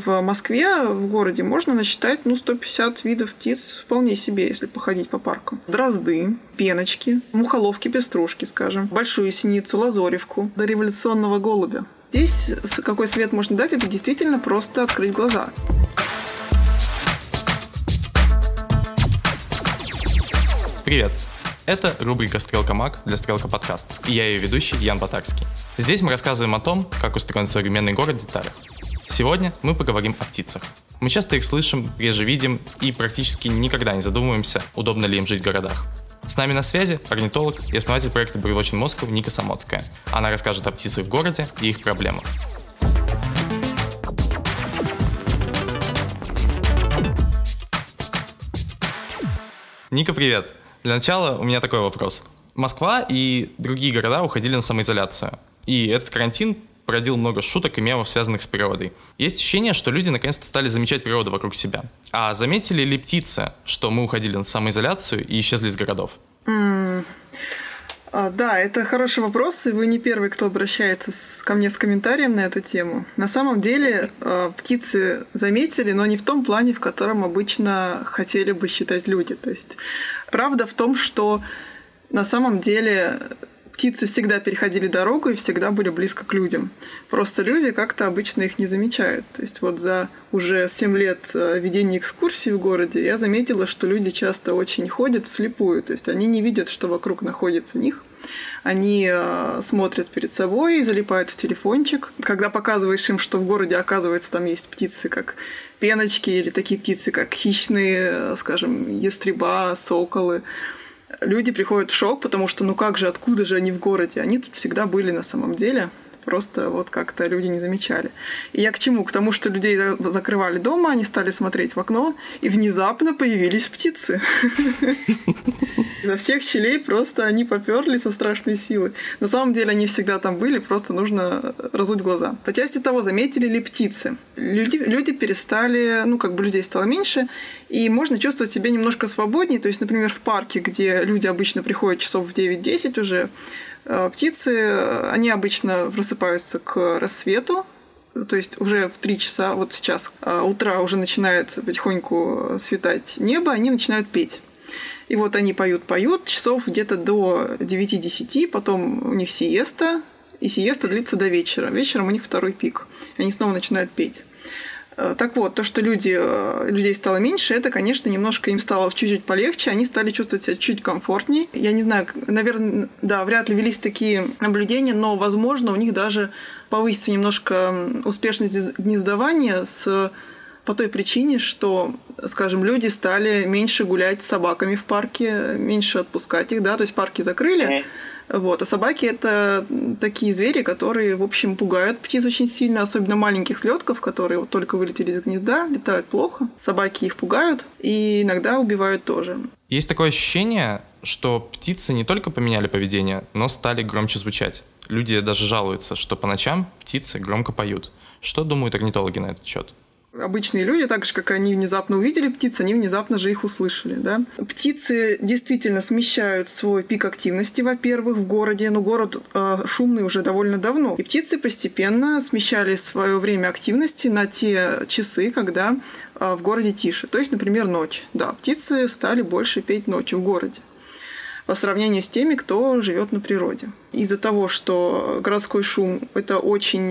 в Москве, в городе, можно насчитать 150 видов птиц вполне себе, если походить по парку. Дрозды, пеночки, мухоловки, пеструшки, скажем, большую синицу, лазоревку, до революционного голубя. Здесь какой совет можно дать? Это действительно просто открыть глаза. Привет! Это рубрика «Стрелка Маг» для «Стрелка Подкаст», и я ее ведущий Ян Батарский. Здесь мы рассказываем о том, как устроен современный город в деталях. Сегодня мы поговорим о птицах. Мы часто их слышим, реже видим и практически никогда не задумываемся, удобно ли им жить в городах. С нами на связи орнитолог и основатель проекта Birdwatching Moscow Ника Самоцкая. Она расскажет о птицах в городе и их проблемах. Ника, привет! Для начала у меня такой вопрос. Москва и другие города уходили на самоизоляцию. И этот карантин породил много шуток и мемов, связанных с природой. Есть ощущение, что люди наконец-то стали замечать природу вокруг себя. А заметили ли птицы, что мы уходили на самоизоляцию и исчезли из городов? Да, это хороший вопрос, и вы не первый, кто обращается ко мне с комментарием на эту тему. На самом деле птицы заметили, но не в том плане, в котором обычно хотели бы считать люди. То есть правда в том, что на самом деле птицы всегда переходили дорогу и всегда были близко к людям. Просто люди как-то обычно их не замечают. То есть вот за уже 7 лет ведения экскурсий в городе я заметила, что люди часто очень ходят вслепую. То есть они не видят, что вокруг находится них. Они смотрят перед собой и залипают в телефончик. Когда показываешь им, что в городе, оказывается, там есть птицы, как пеночки, или такие птицы, как хищные, скажем, ястреба, соколы, люди приходят в шок, потому что как же, откуда же они в городе? Они тут всегда были на самом деле. Просто вот как-то люди не замечали. И я к чему? К тому, что людей закрывали дома, они стали смотреть в окно, и внезапно появились птицы. Изо всех щелей просто они поперли со страшной силой. На самом деле они всегда там были, просто нужно разуть глаза. По части того, заметили ли птицы? Люди перестали, людей стало меньше, и можно чувствовать себя немножко свободнее. То есть, например, в парке, где люди обычно приходят часов в 9-10 уже, птицы, они обычно просыпаются к рассвету, то есть уже в 3 часа, вот сейчас утра уже начинает потихоньку светать небо, они начинают петь. И вот они поют, часов где-то до 9-10, потом у них сиеста, и сиеста длится до вечера. Вечером у них второй пик, и они снова начинают петь. Так вот, то, что людей стало меньше, это, конечно, немножко им стало чуть-чуть полегче, они стали чувствовать себя чуть комфортнее. Я не знаю, наверное, да, вряд ли велись такие наблюдения, но, возможно, у них даже повысится немножко успешность гнездования по той причине, что, скажем, люди стали меньше гулять с собаками в парке, меньше отпускать их, да, то есть парки закрыли. Вот. А собаки – это такие звери, которые, в общем, пугают птиц очень сильно, особенно маленьких слётков, которые вот только вылетели из гнезда, летают плохо. Собаки их пугают и иногда убивают тоже. Есть такое ощущение, что птицы не только поменяли поведение, но стали громче звучать. Люди даже жалуются, что по ночам птицы громко поют. Что думают орнитологи на этот счет? Обычные люди, так же, как они внезапно увидели птиц, они внезапно же их услышали. Да? Птицы действительно смещают свой пик активности, во-первых, в городе. Но город шумный уже довольно давно. И птицы постепенно смещали свое время активности на те часы, когда в городе тише. То есть, например, ночь. Да, птицы стали больше петь ночью в городе по сравнению с теми, кто живет на природе. Из-за того, что городской шум – это очень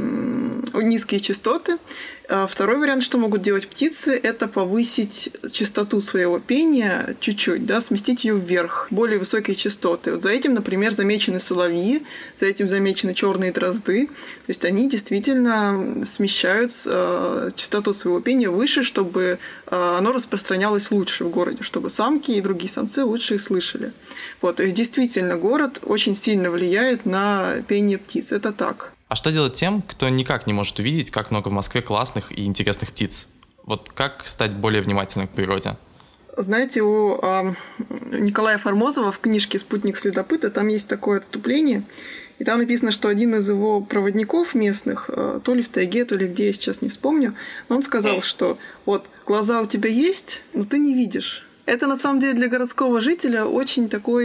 низкие частоты, второй вариант, что могут делать птицы, это повысить частоту своего пения чуть-чуть, да, сместить ее вверх, более высокие частоты. Вот за этим, например, замечены соловьи, за этим замечены черные дрозды. То есть они действительно смещают частоту своего пения выше, чтобы оно распространялось лучше в городе, чтобы самки и другие самцы лучше их слышали. Вот, то есть действительно город очень сильно влияет на пение птиц. Это так. А что делать тем, кто никак не может увидеть, как много в Москве классных и интересных птиц? Вот как стать более внимательным к природе? Знаете, у Николая Формозова в книжке «Спутник следопыта» там есть такое отступление, и там написано, что один из его проводников местных, то ли в тайге, то ли где, я сейчас не вспомню, он сказал, что вот глаза у тебя есть, но ты не видишь. Это на самом деле для городского жителя очень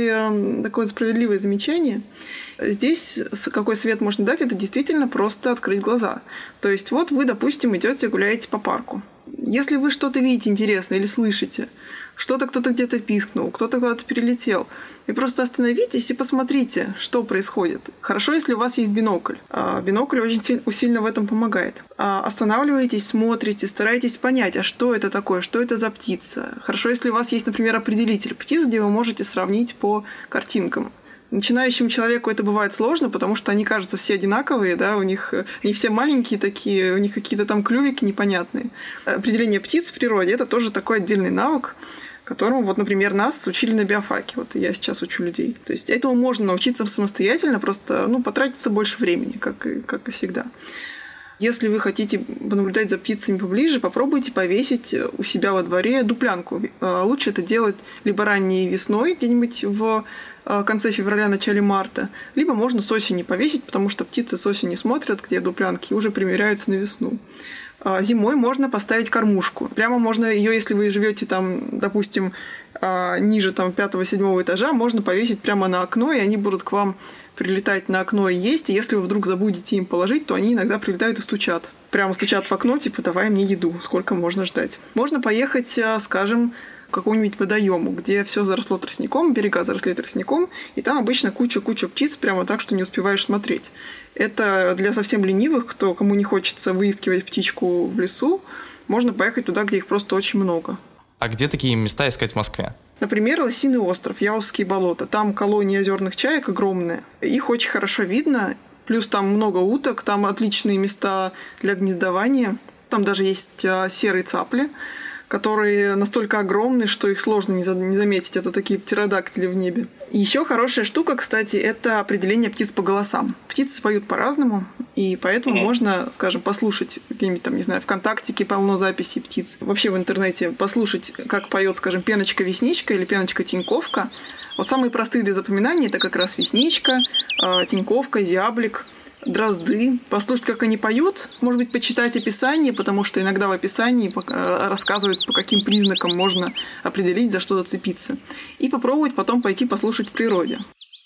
такое справедливое замечание. Здесь какой совет можно дать, это действительно просто открыть глаза. То есть вот вы, допустим, идете гуляете по парку. Если вы что-то видите интересное или слышите, что-то кто-то где-то пискнул, кто-то куда-то перелетел, вы просто остановитесь и посмотрите, что происходит. Хорошо, если у вас есть бинокль. Бинокль очень сильно в этом помогает. Останавливаетесь, смотрите, старайтесь понять, а что это такое, что это за птица. Хорошо, если у вас есть, например, определитель птиц, где вы можете сравнить по картинкам. Начинающему человеку это бывает сложно, потому что они кажутся все одинаковые, да, они все маленькие такие, у них какие-то там клювики непонятные. Определение птиц в природе – это тоже такой отдельный навык, которому, вот, например, нас учили на биофаке. Вот я сейчас учу людей. То есть этому можно научиться самостоятельно, просто потратиться больше времени, как и всегда. Если вы хотите понаблюдать за птицами поближе, попробуйте повесить у себя во дворе дуплянку. Лучше это делать либо ранней весной, где-нибудь в конце февраля, начале марта, либо можно с осени повесить, потому что птицы с осени смотрят, где дуплянки, и уже примеряются на весну. Зимой можно поставить кормушку. Прямо можно ее, если вы живете там, допустим, ниже 5-7 этажа, можно повесить прямо на окно, и они будут к вам прилетать на окно и есть. И если вы вдруг забудете им положить, то они иногда прилетают и стучат. Прямо стучат в окно, типа, давай мне еду, сколько можно ждать. Можно поехать, скажем, к какому-нибудь водоему, где все заросло тростником, берега заросли тростником, и там обычно куча птиц, прямо так, что не успеваешь смотреть. Это для совсем ленивых, кому не хочется выискивать птичку в лесу, можно поехать туда, где их просто очень много. А где такие места искать в Москве? Например, Лосиный остров, Яузские болота. Там колонии озерных чаек огромные. Их очень хорошо видно. Плюс там много уток, там отличные места для гнездования. Там даже есть серые цапли, которые настолько огромные, что их сложно не заметить. Это такие птеродактили в небе. И еще хорошая штука, кстати, это определение птиц по голосам. Птицы поют по-разному, и поэтому можно, скажем, послушать где-нибудь там, не знаю, ВКонтактике полно записей птиц. Вообще в интернете послушать, как поет, скажем, пеночка-весничка или пеночка-тиньковка. Вот самые простые для запоминания – это как раз весничка, тиньковка, зяблик, дрозды. Послушать, как они поют, может быть, почитать описание, потому что иногда в описании рассказывают, по каким признакам можно определить, за что зацепиться. И попробовать потом пойти послушать в природе.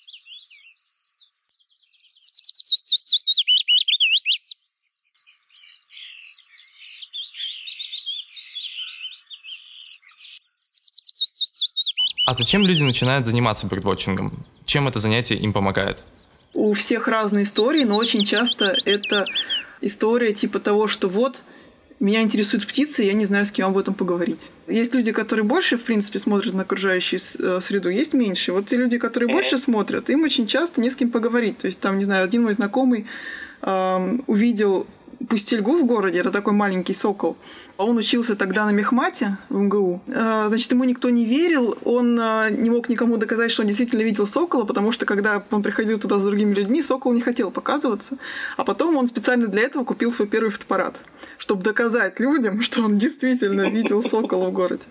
А зачем люди начинают заниматься бёрдвотчингом? Чем это занятие им помогает? У всех разные истории, но очень часто это история типа того, что вот меня интересуют птицы, я не знаю, с кем об этом поговорить. Есть люди, которые больше, в принципе, смотрят на окружающую среду, есть меньше. Вот те люди, которые больше смотрят, им очень часто не с кем поговорить. То есть там, не знаю, один мой знакомый увидел пустельгу в городе, это такой маленький сокол. Он учился тогда на мехмате в МГУ. Значит, ему никто не верил, он не мог никому доказать, что он действительно видел сокола, потому что, когда он приходил туда с другими людьми, сокол не хотел показываться. А потом он специально для этого купил свой первый фотоаппарат, чтобы доказать людям, что он действительно видел сокола в городе.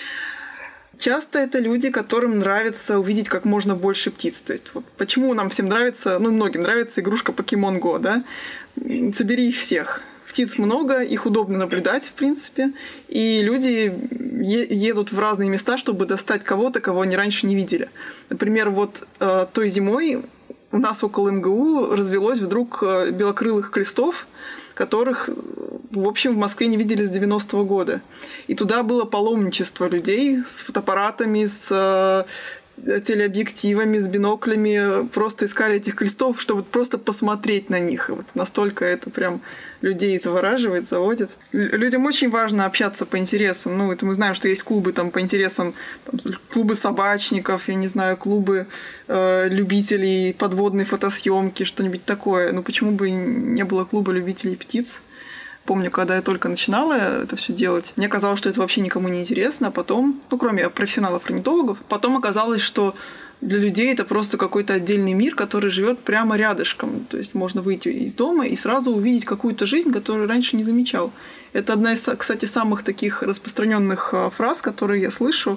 Часто это люди, которым нравится увидеть как можно больше птиц. То есть вот почему нам всем нравится, многим нравится игрушка Pokemon Go, да? Собери их всех. Птиц много, их удобно наблюдать, в принципе. И люди едут в разные места, чтобы достать кого-то, кого они раньше не видели. Например, вот той зимой у нас около МГУ развелось вдруг белокрылых клестов, которых, в общем, в Москве не видели с 90-го года. И туда было паломничество людей с фотоаппаратами, с телеобъективами, с биноклями. Просто искали этих клестов, чтобы просто посмотреть на них. И вот настолько это прям людей завораживает, заводит. Людям очень важно общаться по интересам. Это мы знаем, что есть клубы там, по интересам, клубы собачников, я не знаю, клубы любителей подводной фотосъемки, что-нибудь такое. Почему бы не было клуба любителей птиц? Помню, когда я только начинала это все делать, мне казалось, что это вообще никому не интересно, а потом, кроме профессионалов-орнитологов, потом оказалось, что для людей это просто какой-то отдельный мир, который живет прямо рядышком. То есть можно выйти из дома и сразу увидеть какую-то жизнь, которую раньше не замечал. Это одна из, кстати, самых таких распространенных фраз, которые я слышу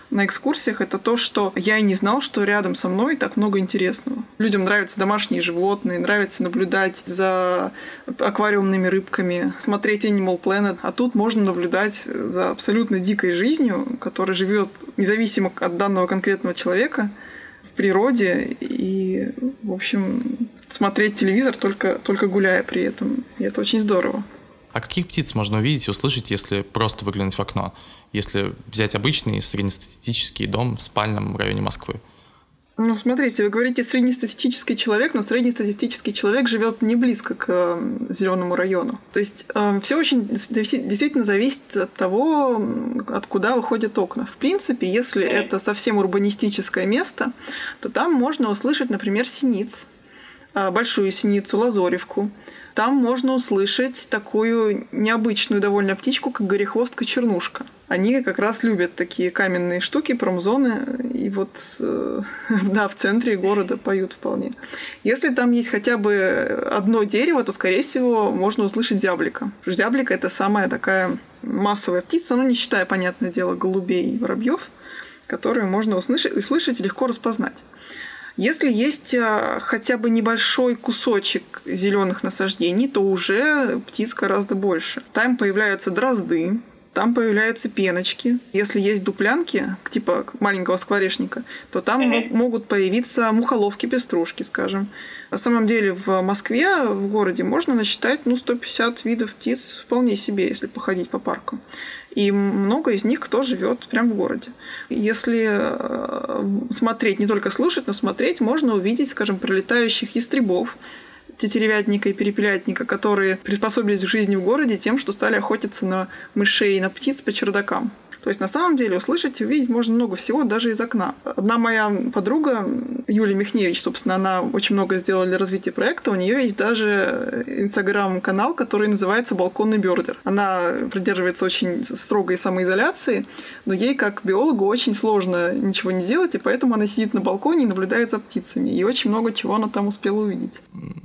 на экскурсиях, это то, что я и не знал, что рядом со мной так много интересного. Людям нравятся домашние животные, нравится наблюдать за аквариумными рыбками, смотреть Animal Planet. А тут можно наблюдать за абсолютно дикой жизнью, которая живет независимо от данного конкретного человека в природе. И, в общем, смотреть телевизор только гуляя при этом. И это очень здорово. А каких птиц можно увидеть и услышать, если просто выглянуть в окно? Если взять обычный среднестатистический дом в спальном районе Москвы? Ну, смотрите, вы говорите среднестатистический человек, но среднестатистический человек живет не близко к зеленому району. То есть все очень действительно зависит от того, откуда выходят окна. В принципе, если это совсем урбанистическое место, то там можно услышать, например, синиц, большую синицу, лазоревку. Там можно услышать такую необычную довольно птичку, как горехвостка-чернушка. Они как раз любят такие каменные штуки, промзоны, и вот в центре города поют вполне. Если там есть хотя бы одно дерево, то, скорее всего, можно услышать зяблика. Зяблик — это самая такая массовая птица, не считая, понятное дело, голубей и воробьев, которые можно услышать и слышать, и легко распознать. Если есть хотя бы небольшой кусочек зеленых насаждений, то уже птиц гораздо больше. Там появляются дрозды, там появляются пеночки. Если есть дуплянки, типа маленького скворечника, то там могут появиться мухоловки-пеструшки, скажем. На самом деле в Москве, в городе, можно насчитать 150 видов птиц вполне себе, если походить по парку. И много из них кто живет прямо в городе. Если смотреть, не только слушать, но смотреть, можно увидеть, скажем, прилетающих ястребов, тетеревятника и перепелятника, которые приспособились к жизни в городе тем, что стали охотиться на мышей и на птиц по чердакам. То есть, на самом деле, услышать и увидеть можно много всего даже из окна. Одна моя подруга, Юлия Михневич, собственно, она очень много сделала для развития проекта. У нее есть даже инстаграм-канал, который называется «Балконный бёрдер». Она придерживается очень строгой самоизоляции, но ей, как биологу, очень сложно ничего не делать, и поэтому она сидит на балконе и наблюдает за птицами. И очень много чего она там успела увидеть.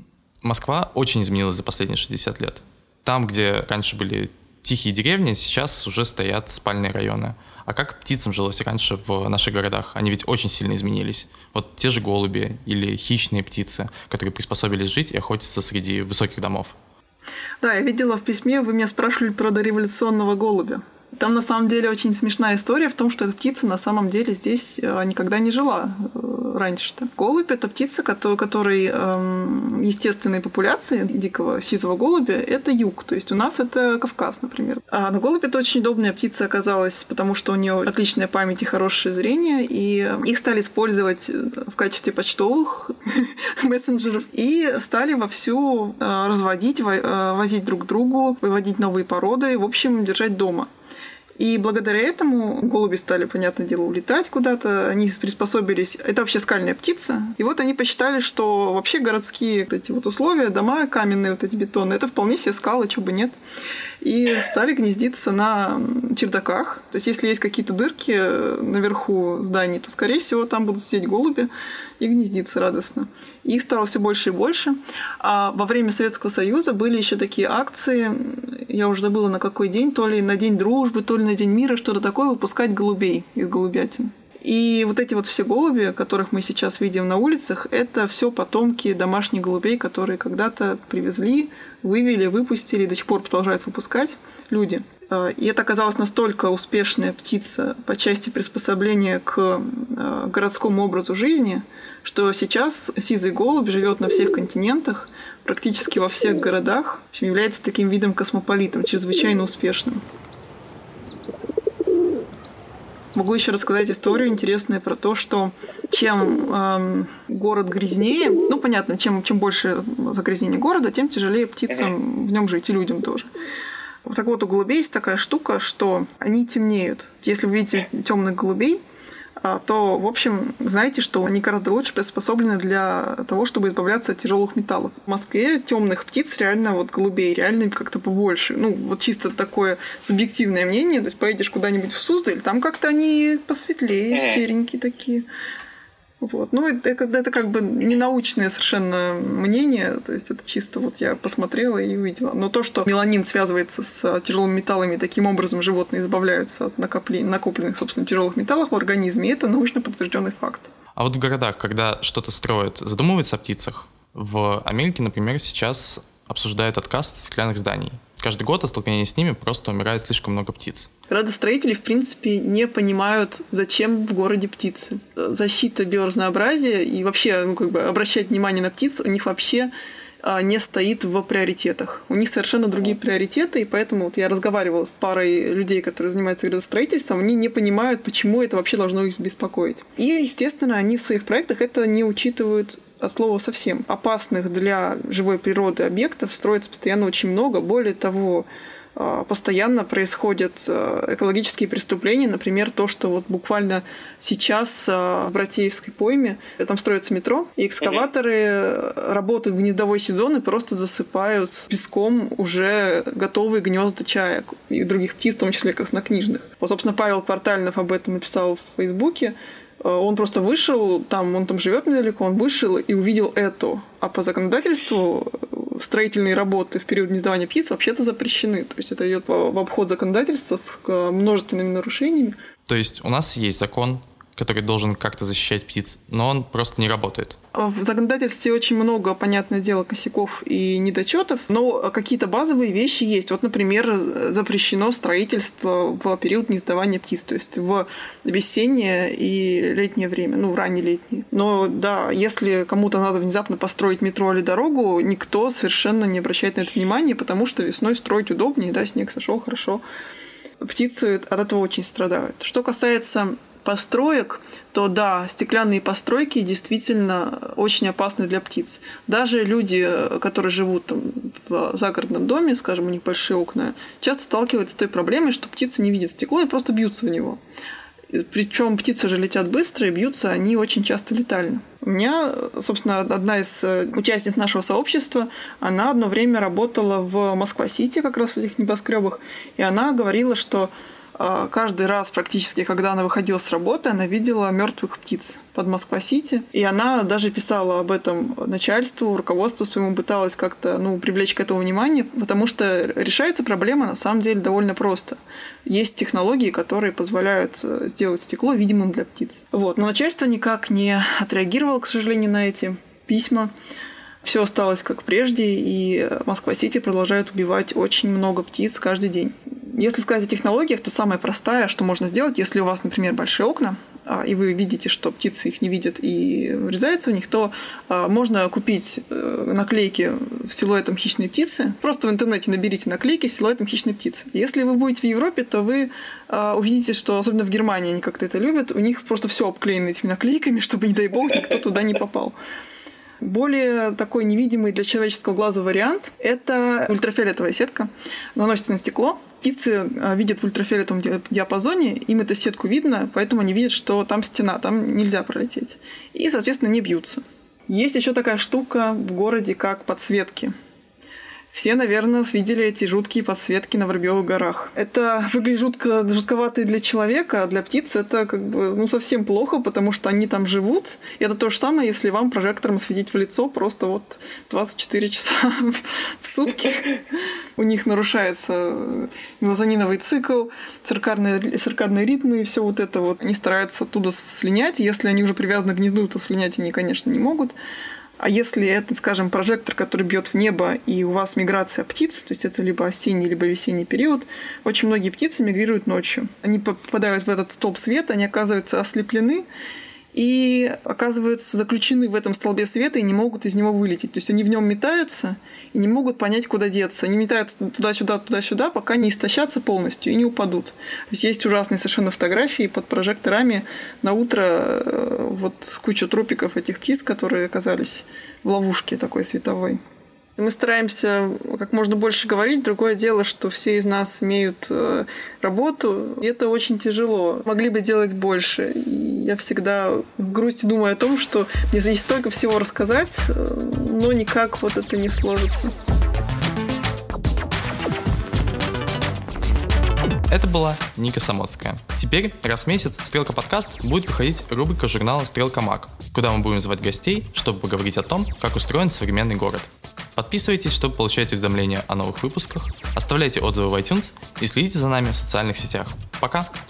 Москва очень изменилась за последние 60 лет. Там, где раньше были тихие деревни, сейчас уже стоят спальные районы. А как птицам жилось раньше в наших городах? Они ведь очень сильно изменились. Вот те же голуби или хищные птицы, которые приспособились жить и охотиться среди высоких домов. Да, я видела в письме, вы меня спрашивали про дореволюционного голубя. Там на самом деле очень смешная история в том, что эта птица на самом деле здесь никогда не жила раньше-то. Голубь — это птица, которой естественной популяции дикого сизого голубя — это юг. То есть у нас это Кавказ, например. А на голубь это очень удобная птица оказалась, потому что у нее отличная память и хорошее зрение, и их стали использовать в качестве почтовых мессенджеров и стали вовсю разводить, возить друг к другу, выводить новые породы, в общем, держать дома. И благодаря этому голуби стали, понятное дело, улетать куда-то, они приспособились. Это вообще скальная птица. И вот они посчитали, что вообще городские вот эти вот условия, дома каменные, вот эти бетонные, это вполне себе скалы, чего бы нет. И стали гнездиться на чердаках. То есть, если есть какие-то дырки наверху зданий, то, скорее всего, там будут сидеть голуби и гнездиться радостно. И их стало все больше и больше. А во время Советского Союза были еще такие акции, я уже забыла на какой день, то ли на День дружбы, то ли на День мира, что-то такое, выпускать голубей из голубятин. И вот эти вот все голуби, которых мы сейчас видим на улицах, это все потомки домашних голубей, которые когда-то привезли, вывели, выпустили и до сих пор продолжают выпускать люди. И это оказалась настолько успешная птица по части приспособления к городскому образу жизни, что сейчас сизый голубь живет на всех континентах, практически во всех городах, в общем, является таким видом космополитом, чрезвычайно успешным. Могу еще рассказать историю интересную про то, что чем город грязнее, понятно, чем больше загрязнение города, тем тяжелее птицам в нем жить, и людям тоже. Так вот, у голубей есть такая штука, что они темнеют. Если вы видите темных голубей, то, в общем, знаете, что они гораздо лучше приспособлены для того, чтобы избавляться от тяжелых металлов. В Москве темных птиц реально, голубей реально как-то побольше. Чисто такое субъективное мнение. То есть поедешь куда-нибудь в Суздаль, там как-то они посветлее, серенькие такие. Вот. Ну, это как бы не научное совершенно мнение, то есть это чисто вот я посмотрела и увидела. Но то, что меланин связывается с тяжелыми металлами, таким образом животные избавляются от накопленных, собственно, тяжелых металлов в организме, это научно подтвержденный факт. А вот в городах, когда что-то строят, задумываются о птицах? В Америке, например, сейчас обсуждают отказ от стеклянных зданий. Каждый год от столкновения с ними просто умирает слишком много птиц. Градостроители, в принципе, не понимают, зачем в городе птицы. Защита биоразнообразия и вообще обращать внимание на птиц у них вообще не стоит в приоритетах. У них совершенно другие приоритеты, и поэтому вот я разговаривала с парой людей, которые занимаются градостроительством, они не понимают, почему это вообще должно их беспокоить. И, естественно, они в своих проектах это не учитывают от слова совсем. Опасных для живой природы объектов строится постоянно очень много. Более того, постоянно происходят экологические преступления. Например, то, что вот буквально сейчас в Братеевской пойме, там строится метро, и экскаваторы работают в гнездовой сезон и просто засыпают песком уже готовые гнезда чаек и других птиц, в том числе краснокнижных. Вот, собственно, Павел Квартальнов об этом написал в Фейсбуке. Он просто вышел, он там живет недалеко, он вышел и увидел это. А по законодательству строительные работы в период гнездования птиц вообще-то запрещены. То есть это идет в обход законодательства с множественными нарушениями. То есть у нас есть закон, который должен как-то защищать птиц, но он просто не работает. В законодательстве очень много, понятное дело, косяков и недочетов, но какие-то базовые вещи есть. Вот, например, запрещено строительство в период гнездования птиц, то есть в весеннее и летнее время, раннелетнее. Но да, если кому-то надо внезапно построить метро или дорогу, никто совершенно не обращает на это внимания, потому что весной строить удобнее, да, снег сошел хорошо. Птицы от этого очень страдают. Что касается построек, то да, стеклянные постройки действительно очень опасны для птиц. Даже люди, которые живут там в загородном доме, скажем, у них большие окна, часто сталкиваются с той проблемой, что птицы не видят стекло и просто бьются в него. Причем птицы же летят быстро, и бьются они очень часто летально. У меня, собственно, одна из участниц нашего сообщества, она одно время работала в Москва-Сити, как раз в этих небоскребах, и она говорила, что каждый раз практически, когда она выходила с работы, она видела мертвых птиц под Москва-Сити. И она даже писала об этом начальству, руководству своему, пыталась как-то привлечь к этому внимание, потому что решается проблема на самом деле довольно просто. Есть технологии, которые позволяют сделать стекло видимым для птиц. Вот. Но начальство никак не отреагировало, к сожалению, на эти письма. Все осталось как прежде, и Москва-Сити продолжает убивать очень много птиц каждый день. Если сказать о технологиях, то самое простое, что можно сделать, если у вас, например, большие окна, и вы видите, что птицы их не видят и врезаются в них, то можно купить наклейки с силуэтом хищной птицы. Просто в интернете наберите наклейки с силуэтом хищной птицы. Если вы будете в Европе, то вы увидите, что, особенно в Германии, они как-то это любят, у них просто все обклеено этими наклейками, чтобы, не дай бог, никто туда не попал. Более такой невидимый для человеческого глаза вариант – это ультрафиолетовая сетка. Наносится на стекло. Птицы видят в ультрафиолетовом диапазоне, им эту сетку видно, поэтому они видят, что там стена, там нельзя пролететь. И, соответственно, не бьются. Есть еще такая штука в городе, как подсветки. Все, наверное, видели эти жуткие подсветки на Воробьевых горах. Это выглядит жутковато и для человека, а для птиц это совсем плохо, потому что они там живут. И это то же самое, если вам прожектором светить в лицо просто 24 часа в сутки. У них нарушается мелатониновый цикл, циркадные ритмы и все это. Они стараются оттуда слинять. Если они уже привязаны к гнезду, то слинять они, конечно, не могут. А если это, скажем, прожектор, который бьет в небо, и у вас миграция птиц, то есть это либо осенний, либо весенний период, очень многие птицы мигрируют ночью. Они попадают в этот столб света, они оказываются ослеплены и оказываются заключены в этом столбе света и не могут из него вылететь. То есть они в нем метаются и не могут понять, куда деться. Они метаются туда-сюда, пока не истощатся полностью и не упадут. То есть ужасные совершенно фотографии под прожекторами на утро куча трупиков этих птиц, которые оказались в ловушке такой световой. Мы стараемся как можно больше говорить. Другое дело, что все из нас имеют работу, и это очень тяжело. Могли бы делать больше. И я всегда в грусти думаю о том, что мне здесь столько всего рассказать, но никак это не сложится. Это была Ника Самоцкая. Теперь раз в месяц в Стрелка подкаст будет выходить рубрика журнала «Стрелка Маг», куда мы будем звать гостей, чтобы поговорить о том, как устроен современный город. Подписывайтесь, чтобы получать уведомления о новых выпусках, оставляйте отзывы в iTunes и следите за нами в социальных сетях. Пока!